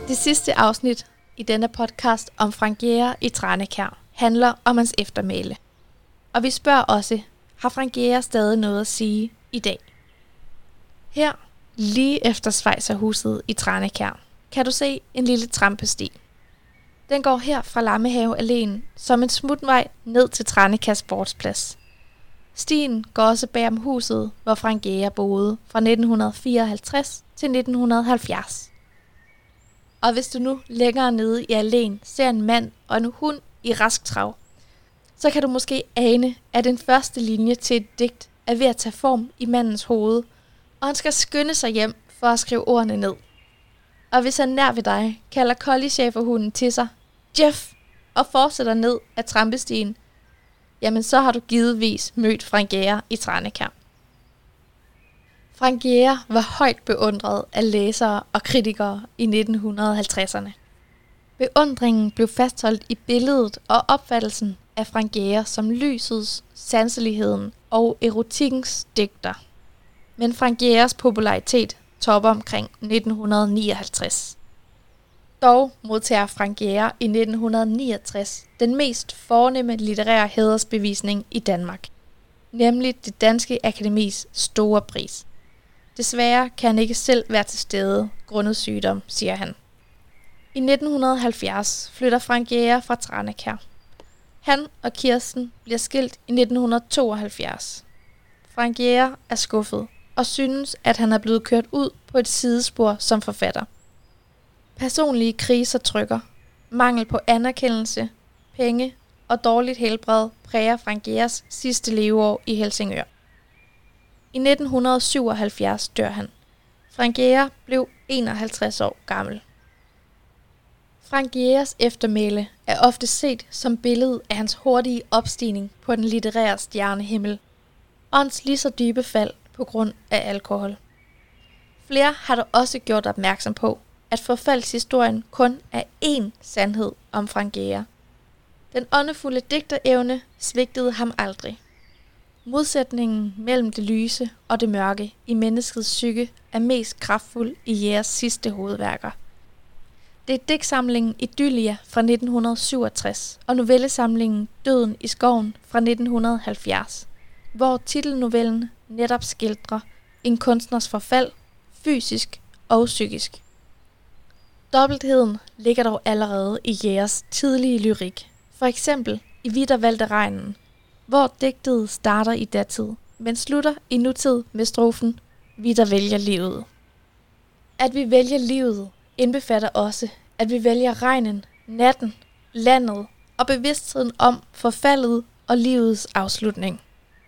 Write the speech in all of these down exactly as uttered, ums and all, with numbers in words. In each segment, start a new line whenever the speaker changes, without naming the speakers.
Det sidste afsnit i denne podcast om Frank Jæger i Tranekær handler om hans eftermæle. Og vi spørger også, har Frank Jæger stadig noget at sige i dag? Her, lige efter Schweizerhuset i Tranekær, kan du se en lille trampesti. Den går her fra Lammehave Alléen som en smutvej ned til Tranekær Sportsplads. Stien går også bag om huset, hvor Frank Jæger boede fra nitten fireoghalvtreds til nitten halvfjerds. Og hvis du nu længere nede i alléen ser en mand og en hund i rask trav, så kan du måske ane, at den første linje til et digt er ved at tage form i mandens hoved, og han skal skynde sig hjem for at skrive ordene ned. Og hvis han nær ved dig, kalder collie-schæferhunden til sig, Jeff, og fortsætter ned ad trampestien, jamen så har du givetvis mødt Frank Jæger i Tranekær. Frank Jæger var højt beundret af læsere og kritikere i nitten halvtredserne. Beundringen blev fastholdt i billedet og opfattelsen af Frank Jæger som lysets, sanseligheden og erotikkens digter. Men Frank Jægers popularitet topper omkring nitten nioghalvtreds. Dog modtager Frank Jæger i nitten niogtres den mest fornemme litterære hædersbevisning i Danmark, nemlig det Danske Akademis store pris. Desværre kan han ikke selv være til stede grundet sygdom, siger han. I nitten halvfjerds flytter Frank Jæger fra Tranekær. Han og Kirsten bliver skilt i nitten tooghalvfjerds. Frank Jæger er skuffet og synes, at han er blevet kørt ud på et sidespor som forfatter. Personlige kriser trykker, mangel på anerkendelse, penge og dårligt helbred præger Frank Jægers sidste leveår i Helsingør. I nitten syvoghalvfjerds dør han. Frank Jæger blev enoghalvtreds år gammel. Frank Jægers eftermæle er ofte set som billede af hans hurtige opstigning på den litterære stjernehimmel, og hans lige så dybe fald på grund af alkohol. Flere har dog også gjort opmærksom på, at forfaldshistorien kun er én sandhed om Frank Jæger. Den åndefulde digterevne svigtede ham aldrig. Modsætningen mellem det lyse og det mørke i menneskets psyke er mest kraftfuld i Jægers sidste hovedværker. Det er digtsamlingen Idyllia fra nitten syvogtres og novellesamlingen Døden i skoven fra nitten halvfjerds, hvor titelnovellen netop skildrer en kunstners forfald, fysisk og psykisk. Dobbeltheden ligger dog allerede i Jægers tidlige lyrik, for eksempel i Vi der valgte regnen, hvor digtet starter i datid, men slutter i nutid med strofen Vi der vælger livet. At vi vælger livet indbefatter også, at vi vælger regnen, natten, landet og bevidstheden om forfaldet og livets afslutning.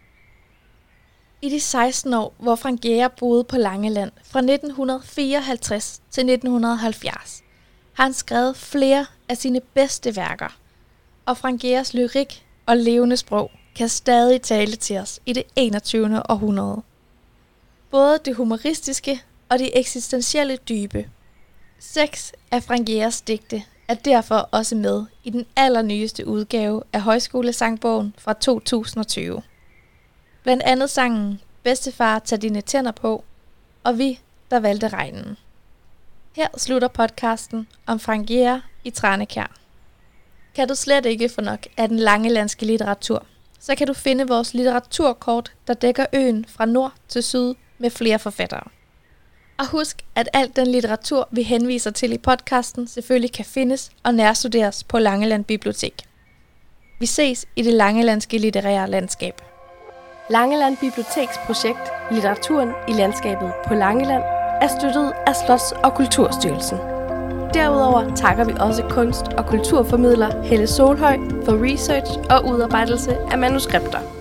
I de seksten år, hvor Frank Jæger boede på Langeland fra nitten fireoghalvtreds til nitten halvfjerds, har han skrevet flere af sine bedste værker, og Frank Jægers lyrik og levende sprog kan stadig tale til os i det enogtyvende århundrede. Både det humoristiske og det eksistentielle dybe. Seks af Frank Jægers digte er derfor også med i den allernyeste udgave af Højskolesangbogen fra to tusind og tyve. Blandt andet sangen Bedstefar, tag dine tænder på, og Vi, der valgte regnen. Her slutter podcasten om Frank Jæger i Tranekær. Kan du slet ikke få nok af den langelandske litteratur, så kan du finde vores litteraturkort, der dækker øen fra nord til syd med flere forfattere. Og husk, at alt den litteratur, vi henviser til i podcasten, selvfølgelig kan findes og nærstuderes på Langeland Bibliotek. Vi ses i det langelandske litterære landskab.
Langeland Biblioteks projekt Litteraturen i landskabet på Langeland er støttet af Slots- og Kulturstyrelsen. Derudover takker vi også kunst- og kulturformidler Helle Solhøj for research og udarbejdelse af manuskripter.